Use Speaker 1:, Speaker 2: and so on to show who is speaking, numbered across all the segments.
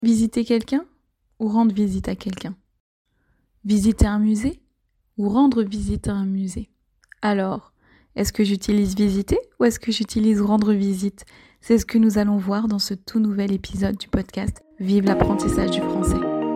Speaker 1: Visiter quelqu'un ou rendre visite à quelqu'un? Visiter un musée ou rendre visite à un musée? Alors, est-ce que j'utilise visiter ou est-ce que j'utilise rendre visite? C'est ce que nous allons voir dans ce tout nouvel épisode du podcast Vive l'apprentissage du français.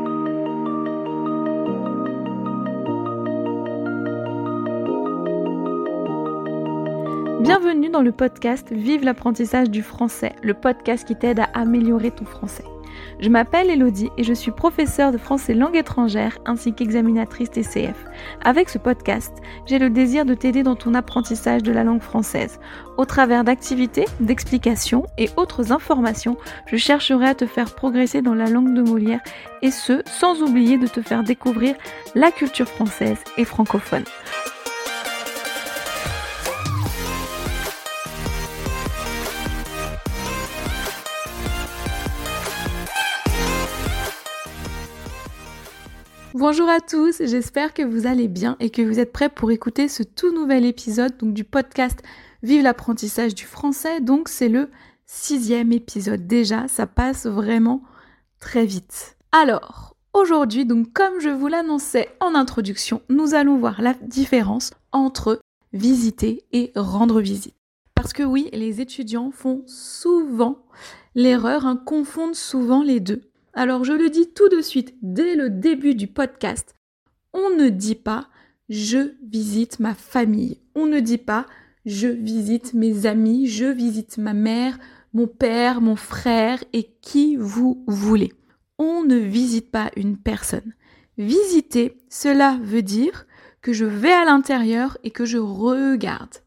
Speaker 1: Bienvenue dans le podcast Vive l'apprentissage du français, le podcast qui t'aide à améliorer ton français. Je m'appelle Elodie et je suis professeure de français langue étrangère ainsi qu'examinatrice TCF. Avec ce podcast, j'ai le désir de t'aider dans ton apprentissage de la langue française. Au travers d'activités, d'explications et autres informations, je chercherai à te faire progresser dans la langue de Molière et ce, sans oublier de te faire découvrir la culture française et francophone. Bonjour à tous, j'espère que vous allez bien et que vous êtes prêts pour écouter ce tout nouvel épisode du podcast Vive l'apprentissage du français. Donc c'est le 6e épisode déjà, ça passe vraiment très vite. Alors, aujourd'hui, comme je vous l'annonçais en introduction, nous allons voir la différence entre visiter et rendre visite. Parce que oui, les étudiants font souvent l'erreur, confondent souvent les deux. Alors je le dis tout de suite, dès le début du podcast, on ne dit pas « je visite ma famille », on ne dit pas « je visite mes amis », « je visite ma mère, mon père, mon frère et qui vous voulez ». On ne visite pas une personne. Visiter, cela veut dire que je vais à l'intérieur et que je regarde.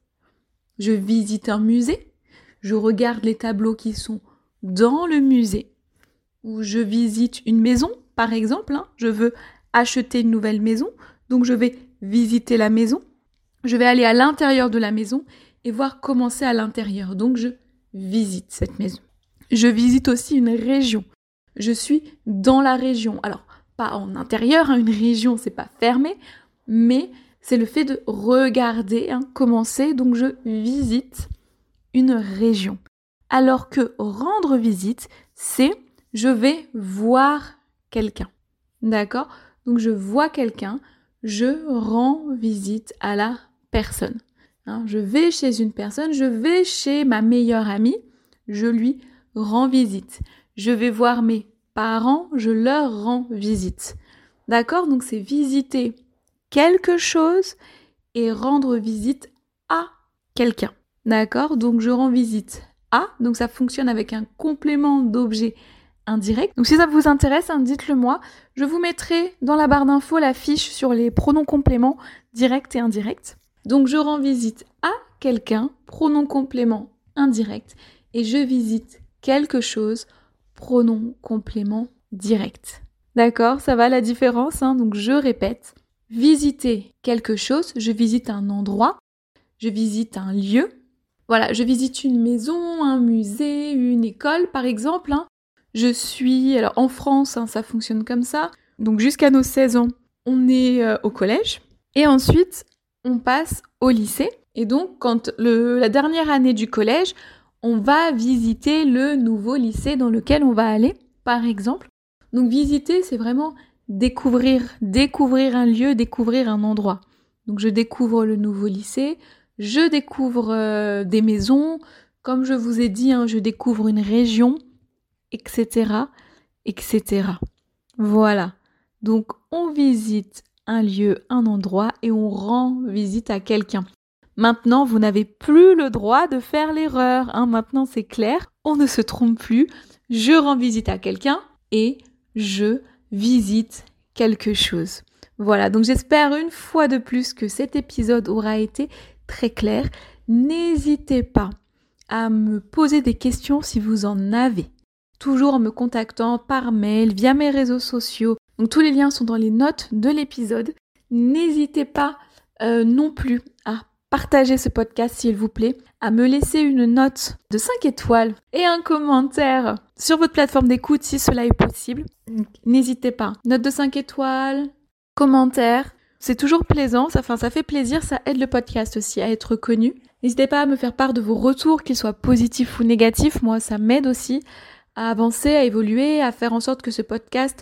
Speaker 1: Je visite un musée, je regarde les tableaux qui sont dans le musée. Ou je visite une maison, par exemple, je veux acheter une nouvelle maison, donc je vais visiter la maison, je vais aller à l'intérieur de la maison et voir comment c'est à l'intérieur, donc je visite cette maison. Je visite aussi une région, je suis dans la région, alors pas en intérieur, une région c'est pas fermé, mais c'est le fait de regarder comment c'est, donc je visite une région. Alors que rendre visite, c'est je vais voir quelqu'un, d'accord? Donc je vois quelqu'un, je rends visite à la personne. Je vais chez une personne, je vais chez ma meilleure amie, je lui rends visite. Je vais voir mes parents, je leur rends visite. D'accord? Donc c'est visiter quelque chose et rendre visite à quelqu'un. D'accord? Donc je rends visite à, donc ça fonctionne avec un complément d'objet indirect. Donc si ça vous intéresse, dites-le moi. Je vous mettrai dans la barre d'infos la fiche sur les pronoms compléments directs et indirects. Donc je rends visite à quelqu'un, pronom complément indirect, et je visite quelque chose, pronom complément direct. D'accord, ça va la différence, Donc je répète, visiter quelque chose, je visite un endroit, je visite un lieu. Voilà, je visite une maison, un musée, une école par exemple, Je suis, alors en France, ça fonctionne comme ça. Donc jusqu'à nos 16 ans, on est au collège. Et ensuite, on passe au lycée. Et donc, quand la dernière année du collège, on va visiter le nouveau lycée dans lequel on va aller, par exemple. Donc visiter, c'est vraiment découvrir un lieu, découvrir un endroit. Donc je découvre le nouveau lycée, je découvre des maisons. Comme je vous ai dit, je découvre une région, etc., etc. Voilà. Donc, on visite un lieu, un endroit et on rend visite à quelqu'un. Maintenant, vous n'avez plus le droit de faire l'erreur. Maintenant, c'est clair. On ne se trompe plus. Je rends visite à quelqu'un et je visite quelque chose. Voilà. Donc, j'espère une fois de plus que cet épisode aura été très clair. N'hésitez pas à me poser des questions si vous en avez. Toujours en me contactant par mail, via mes réseaux sociaux. Donc tous les liens sont dans les notes de l'épisode. N'hésitez pas non plus à partager ce podcast s'il vous plaît, à me laisser une note de 5 étoiles et un commentaire sur votre plateforme d'écoute si cela est possible. Donc, n'hésitez pas. Note de 5 étoiles, commentaire. C'est toujours plaisant, ça fait plaisir, ça aide le podcast aussi à être connu. N'hésitez pas à me faire part de vos retours, qu'ils soient positifs ou négatifs. Moi, ça m'aide aussi à avancer, à évoluer, à faire en sorte que ce podcast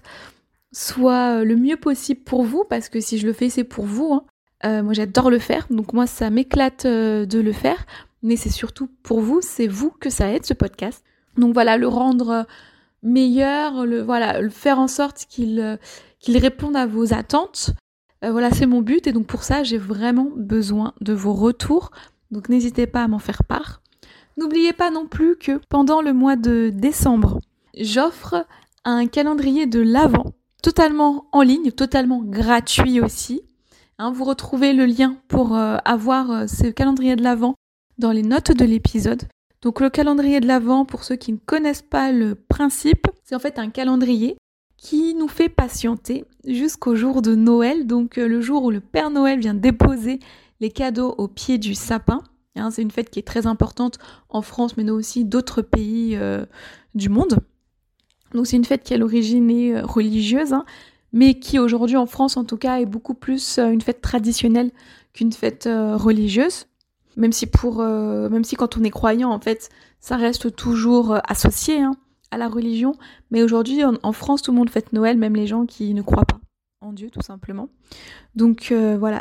Speaker 1: soit le mieux possible pour vous, parce que si je le fais, c'est pour vous, hein. Moi, j'adore le faire, donc moi, ça m'éclate de le faire, mais c'est surtout pour vous, c'est vous que ça aide, ce podcast. Donc voilà, le rendre meilleur, le faire en sorte qu'il réponde à vos attentes. Voilà, c'est mon but, et donc pour ça, j'ai vraiment besoin de vos retours, donc n'hésitez pas à m'en faire part. N'oubliez pas non plus que pendant le mois de décembre, j'offre un calendrier de l'Avent, totalement en ligne, totalement gratuit aussi. Hein, vous retrouvez le lien pour avoir ce calendrier de l'Avent dans les notes de l'épisode. Donc le calendrier de l'Avent, pour ceux qui ne connaissent pas le principe, c'est en fait un calendrier qui nous fait patienter jusqu'au jour de Noël, donc le jour où le Père Noël vient déposer les cadeaux au pied du sapin. Hein, c'est une fête qui est très importante en France, mais aussi d'autres pays du monde. Donc c'est une fête qui à l'origine est religieuse, hein, mais qui aujourd'hui en France en tout cas est beaucoup plus une fête traditionnelle qu'une fête religieuse. Même si quand on est croyant, en fait, ça reste toujours associé à la religion. Mais aujourd'hui, en France, tout le monde fête Noël, même les gens qui ne croient pas en Dieu, tout simplement. Donc voilà.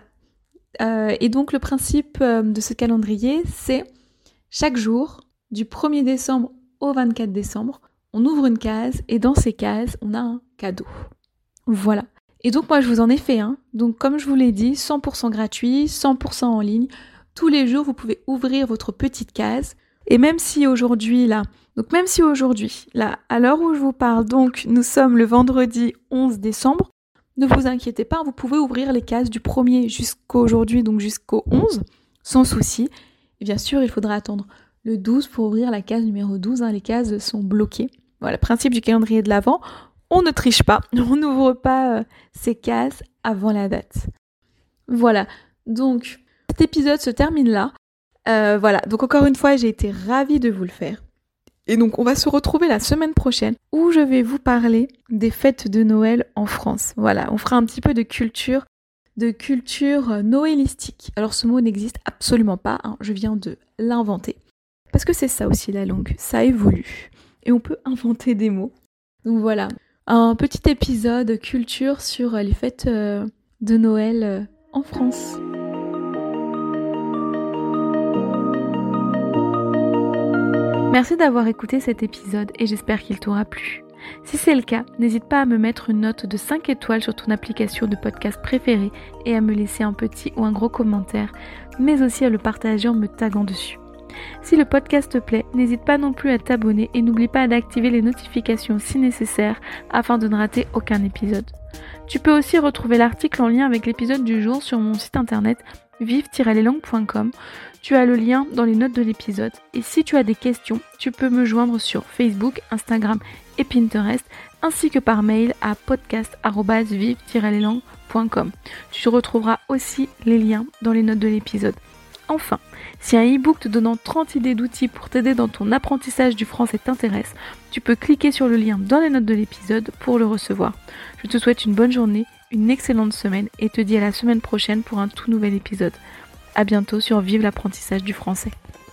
Speaker 1: Et donc le principe de ce calendrier, c'est chaque jour, du 1er décembre au 24 décembre, on ouvre une case et dans ces cases, on a un cadeau. Voilà. Et donc moi, je vous en ai fait un. Donc comme je vous l'ai dit, 100% gratuit, 100% en ligne. Tous les jours, vous pouvez ouvrir votre petite case. Et même si aujourd'hui, à l'heure où je vous parle, donc nous sommes le vendredi 11 décembre, ne vous inquiétez pas, vous pouvez ouvrir les cases du 1er jusqu'à aujourd'hui, donc jusqu'au 11, sans souci. Et bien sûr, il faudra attendre le 12 pour ouvrir la case numéro 12, les cases sont bloquées. Voilà, le principe du calendrier de l'Avent, on ne triche pas, on n'ouvre pas ces cases avant la date. Voilà, donc cet épisode se termine là. Voilà, donc encore une fois, j'ai été ravie de vous le faire. Et donc, on va se retrouver la semaine prochaine où je vais vous parler des fêtes de Noël en France. Voilà, on fera un petit peu de culture noëlistique. Alors, ce mot n'existe absolument pas, je viens de l'inventer. Parce que c'est ça aussi la langue, ça évolue. Et on peut inventer des mots. Donc voilà, un petit épisode culture sur les fêtes de Noël en France. Merci d'avoir écouté cet épisode et j'espère qu'il t'aura plu. Si c'est le cas, n'hésite pas à me mettre une note de 5 étoiles sur ton application de podcast préférée et à me laisser un petit ou un gros commentaire, mais aussi à le partager en me taguant dessus. Si le podcast te plaît, n'hésite pas non plus à t'abonner et n'oublie pas d'activer les notifications si nécessaire afin de ne rater aucun épisode. Tu peux aussi retrouver l'article en lien avec l'épisode du jour sur mon site internet vive-leslangues.com. Tu as le lien dans les notes de l'épisode. Et si tu as des questions, tu peux me joindre sur Facebook, Instagram et Pinterest, ainsi que par mail à podcast@vive-leslangues.com. Tu retrouveras aussi les liens dans les notes de l'épisode. Enfin, si un e-book te donnant 30 idées d'outils pour t'aider dans ton apprentissage du français t'intéresse, tu peux cliquer sur le lien dans les notes de l'épisode pour le recevoir. Je te souhaite une bonne journée, une excellente semaine et te dis à la semaine prochaine pour un tout nouvel épisode. À bientôt sur Vive l'apprentissage du français.